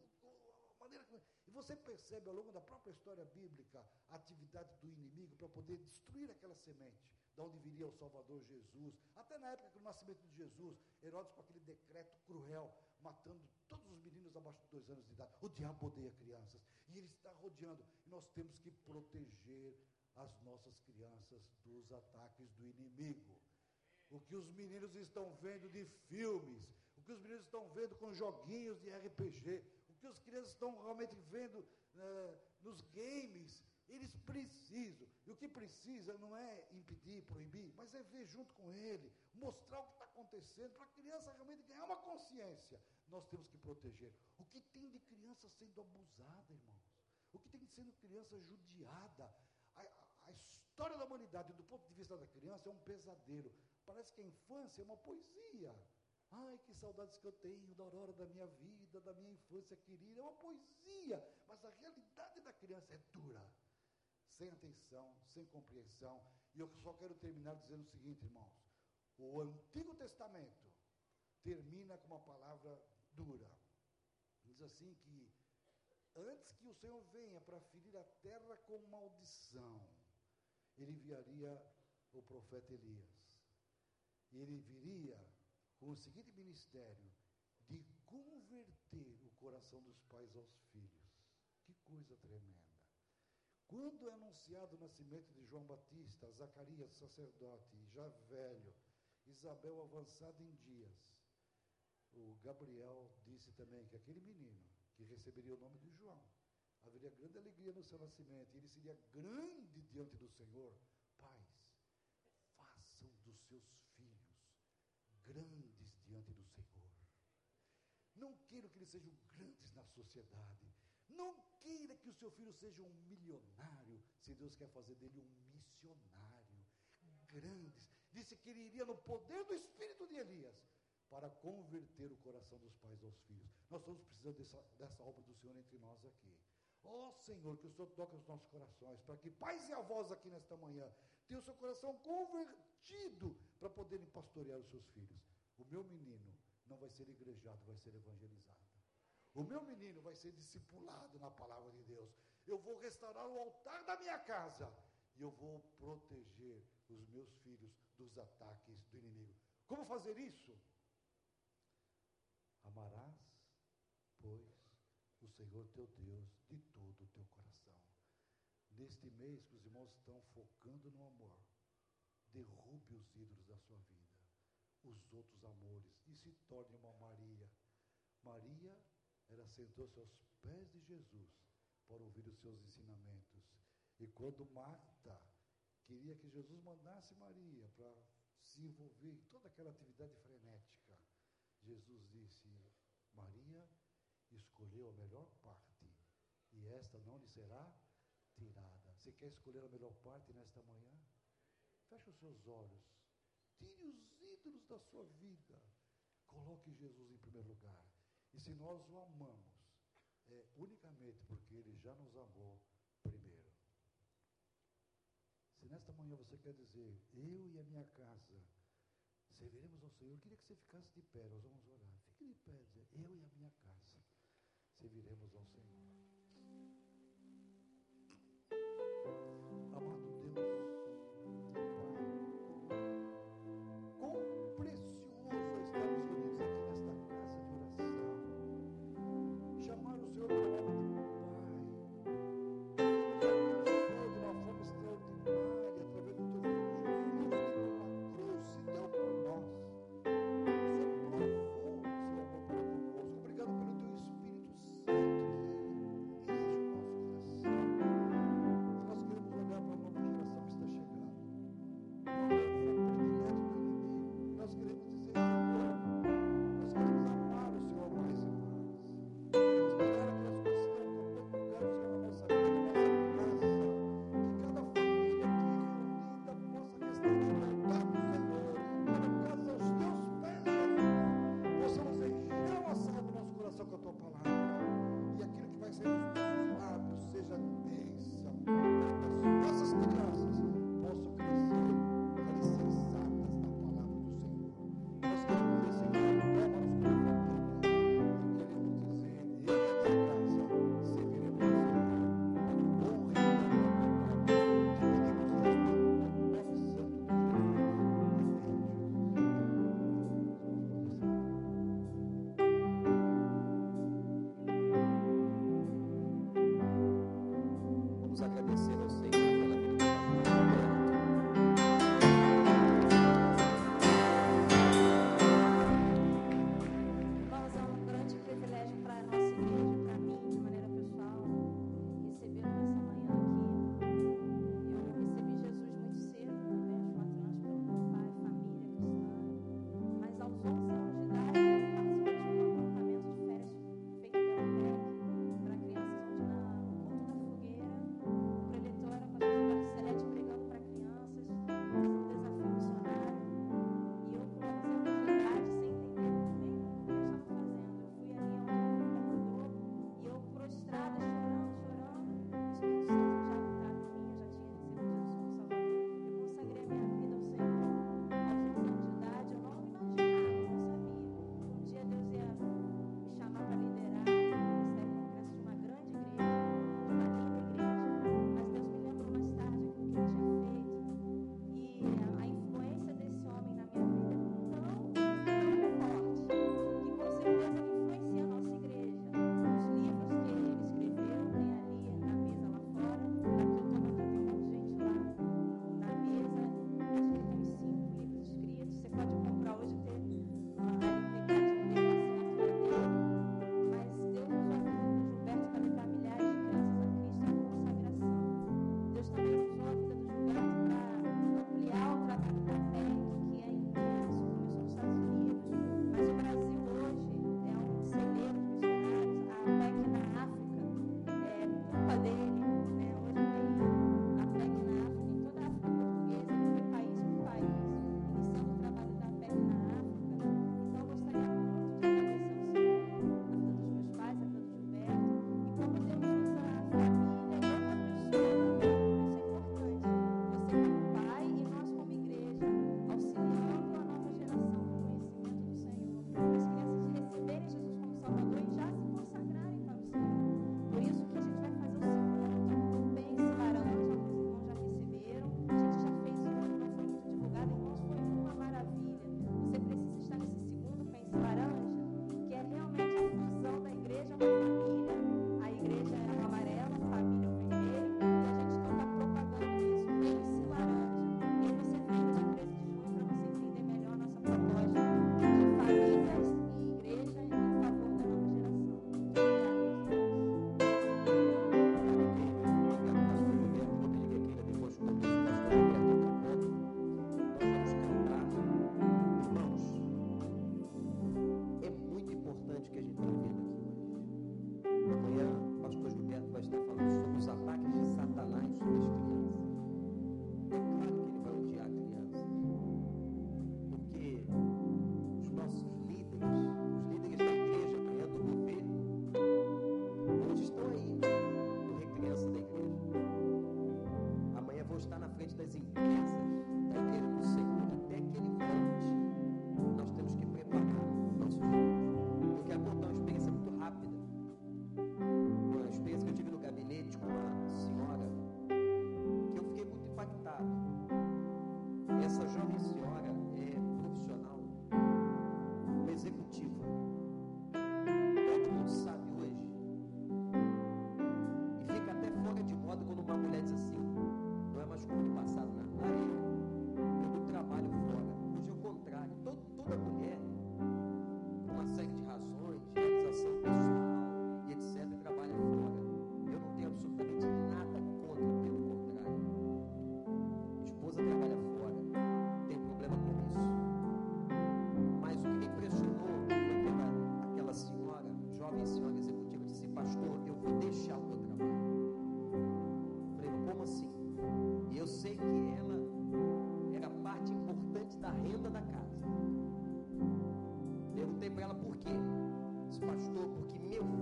E você percebe ao longo da própria história bíblica a atividade do inimigo para poder destruir aquela semente, de onde viria o Salvador Jesus. Até na época do nascimento de Jesus, Herodes com aquele decreto cruel, matando todos os meninos abaixo de 2 anos de idade. O diabo odeia crianças e ele está rodeando. E nós temos que proteger as nossas crianças dos ataques do inimigo. O que os meninos estão vendo de filmes, o que os meninos estão vendo com joguinhos de RPG, o que as crianças estão realmente vendo nos games, eles precisam. E o que precisa não é impedir, proibir, mas é ver junto com ele, mostrar o que está acontecendo, para a criança realmente ganhar uma consciência. Nós temos que proteger. O que tem de criança sendo abusada, irmãos? O que tem de sendo criança judiada? A história da humanidade, do ponto de vista da criança, é um pesadelo. Parece que a infância é uma poesia. Ai, que saudades que eu tenho da aurora da minha vida, da minha infância querida. É uma poesia, mas a realidade da criança é dura. Sem atenção, sem compreensão. E eu só quero terminar dizendo o seguinte, irmãos. O Antigo Testamento termina com uma palavra dura. Diz assim que antes que o Senhor venha para ferir a terra com maldição, ele enviaria o profeta Elias. E ele viria com o seguinte ministério, de converter o coração dos pais aos filhos. Que coisa tremenda. Quando é anunciado o nascimento de João Batista, Zacarias, sacerdote, já velho, Isabel avançada em dias, o Gabriel disse também que aquele menino, que receberia o nome de João, haveria grande alegria no seu nascimento, e ele seria grande diante do Senhor. Pais, façam dos seus filhos grandes diante do Senhor. Não queira que eles sejam grandes na sociedade. Não queira que o seu filho seja um milionário, se Deus quer fazer dele um missionário. Grandes. Disse que ele iria no poder do Espírito de Elias para converter o coração dos pais aos filhos. Nós estamos precisando dessa obra do Senhor entre nós aqui. Ó Senhor, que o Senhor toque os nossos corações, para que pais e avós aqui nesta manhã tenham o seu coração convertido para poderem pastorear os seus filhos. O meu menino não vai ser igrejado, vai ser evangelizado. O meu menino vai ser discipulado na palavra de Deus. Eu vou restaurar o altar da minha casa e eu vou proteger os meus filhos dos ataques do inimigo. Como fazer isso? Amarás, pois, o Senhor teu Deus de todo o teu coração. Neste mês que os irmãos estão focando no amor, derrube os ídolos da sua vida, os outros amores, e se torne uma Maria. Maria, ela sentou-se aos pés de Jesus para ouvir os seus ensinamentos. E quando Marta queria que Jesus mandasse Maria para se envolver em toda aquela atividade frenética, Jesus disse: Maria escolheu a melhor parte, e esta não lhe será tirada. Você quer escolher a melhor parte nesta manhã? Feche os seus olhos, tire os ídolos da sua vida, coloque Jesus em primeiro lugar. E se nós o amamos, é unicamente porque Ele já nos amou primeiro. Se nesta manhã você quer dizer, eu e a minha casa serviremos ao Senhor, eu queria que você ficasse de pé, nós vamos orar. Fique de pé, dizer, eu e a minha casa serviremos ao Senhor. Amado Deus, Pai, quão precioso é estarmos reunidos aqui nesta casa de oração. Chamar o Senhor pelo nome do Pai, que nos alcançou de uma forma extraordinária através do Teu Filho Jesus, que pela cruz se deu por nós. Isso provou o Seu amor para conosco. Obrigado pelo Teu Espírito Santo que enche o nosso coração.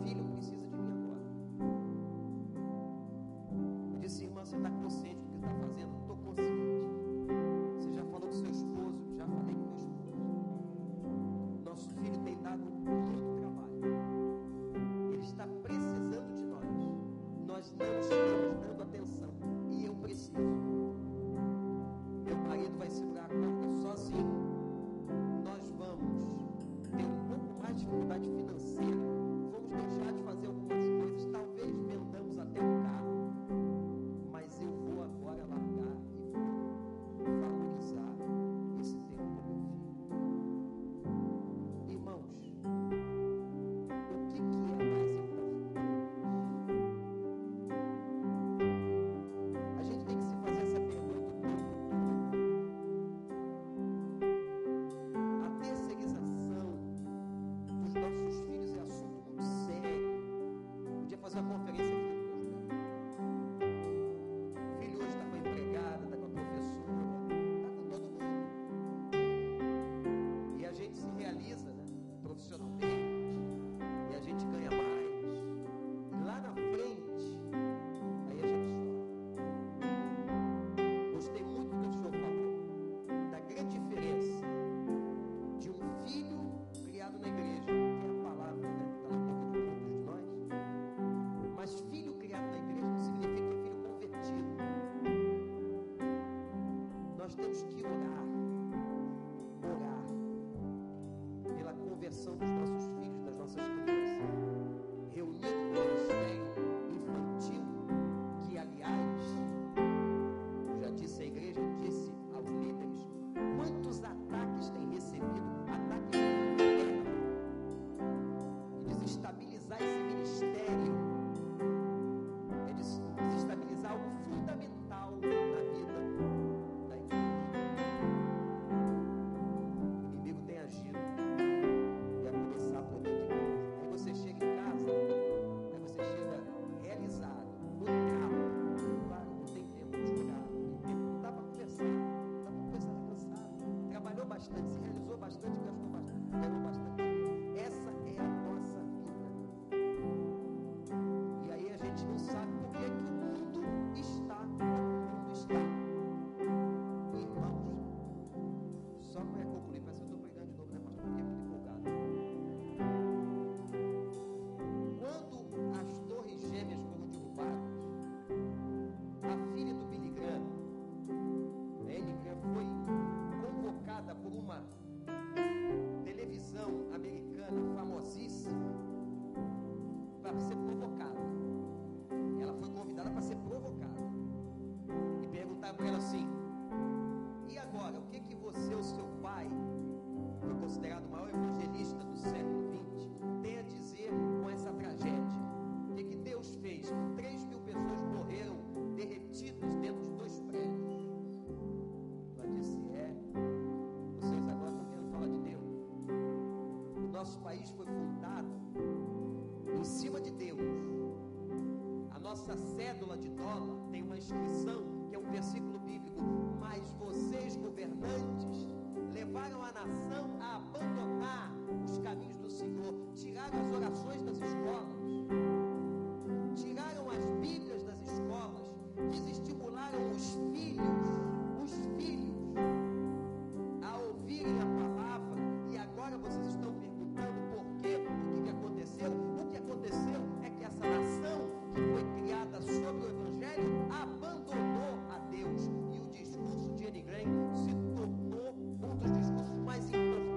filho precisa de mim agora. Eu disse, irmã, você está consciente do que está fazendo? Estou consciente. Você já falou com seu esposo? Já falei com meu esposo. Nosso filho tem dado muito trabalho. Ele está precisando de nós. Nós não estamos dando atenção. E eu preciso. Meu marido vai segurar a conta sozinho. Nós vamos ter um pouco mais de dificuldade financeira. Vamos deixar de fazer algumas coisas. Talvez vendamos até um carro. Mas eu vou agora largar e vou valorizar esse tempo com meu filho. Irmãos, o que é mais importante? A gente tem que se fazer essa pergunta o tempo todo. A terceirização dos nossos filhos é assunto muito sério. Podia fazer uma conferência aqui depois, né? O filho hoje está com a empregada, está com a professora, está com todo mundo. E a gente se realiza, né, profissionalmente, e a gente ganha mais. E lá na frente, aí a gente chora. Gostei muito do que o senhor falou, da grande diferença de um filho criado na igreja, que é a palavra, né, que está na boca de muitos de nós. Mas filho criado na igreja não significa filho convertido. Nós temos que orar pela conversão dos nossos filhos, das nossas crianças, reunido com o ministério infantil, que aliás, eu já disse à igreja, eu disse aos líderes, quantos ataques têm recebido, ataques do inferno, e desestabilizar esse ministério é desestabilizar algo fundamental na vida da igreja. O inimigo tem agido, e a começar por dentro de casa. Aí você chega em casa, aí você chega realizado, no carro, claro, não tem tempo de chorar, não tem tempo, não dá para conversar, está cansado, trabalhou bastante, se realizou bastante, gastou bastante, ganhou bastante dinheiro. Essa é a nossa vida. E aí a gente não sabe por que que o mundo está como o mundo está. Irmãos, só para concluir, parece que eu estou pregando de novo, né, pastor? Fiquei muito empolgado. Quando as torres gêmeas foram derrubadas, a filha do Billy Graham, Anne Graham, foi convocada por uma televisão americana famosíssima para ser provocada. Ela foi convidada para ser provocada. E perguntaram para ela assim: e agora, o que que você, o seu pai, foi considerado o maior evangelista do século XX, tem a dizer com essa tragédia? O que que Deus fez? 3.000 pessoas morreram derretidas dentro de 2 prédios. Ela disse: vocês agora estão querendo falar de Deus. O nosso país foi fundado em cima de Deus. A nossa cédula de dólar tem uma inscrição que é um versículo bíblico: mas vocês, governantes, levaram a nação a abandonar os caminhos do Senhor, tiraram as orações das escolas, tiraram as Bíblias das escolas, desestimularam os filhos a ouvirem a palavra, e agora vocês estão perguntando por quê? O que aconteceu? O que aconteceu é que essa nação que foi criada sobre o Evangelho abandonou a Deus, e o discurso de Anne Graham se tornou um dos discursos mais importantes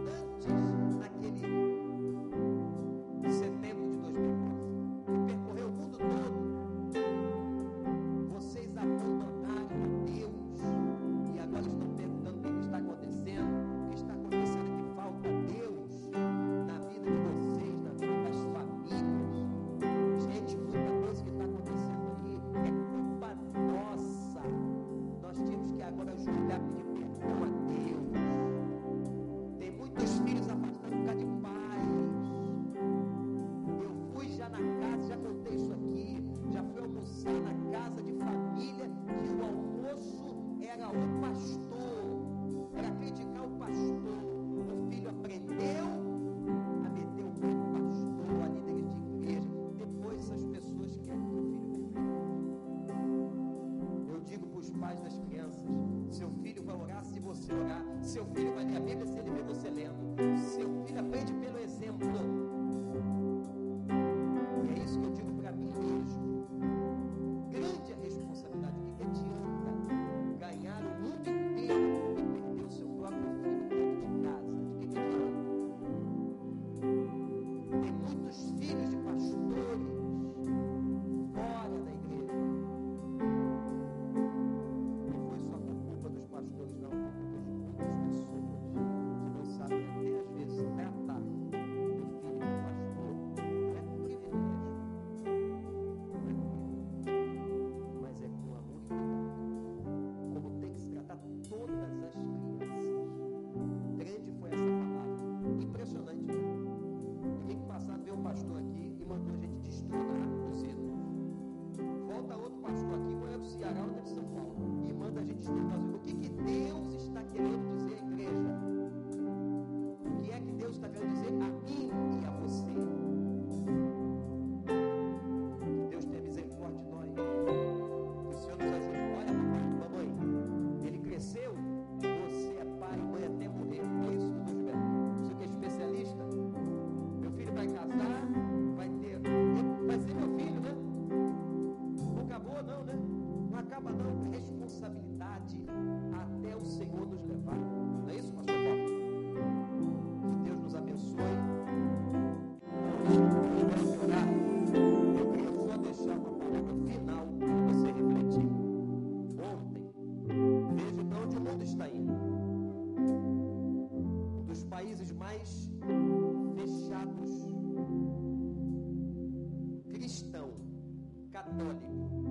mais fechados, cristão, católico,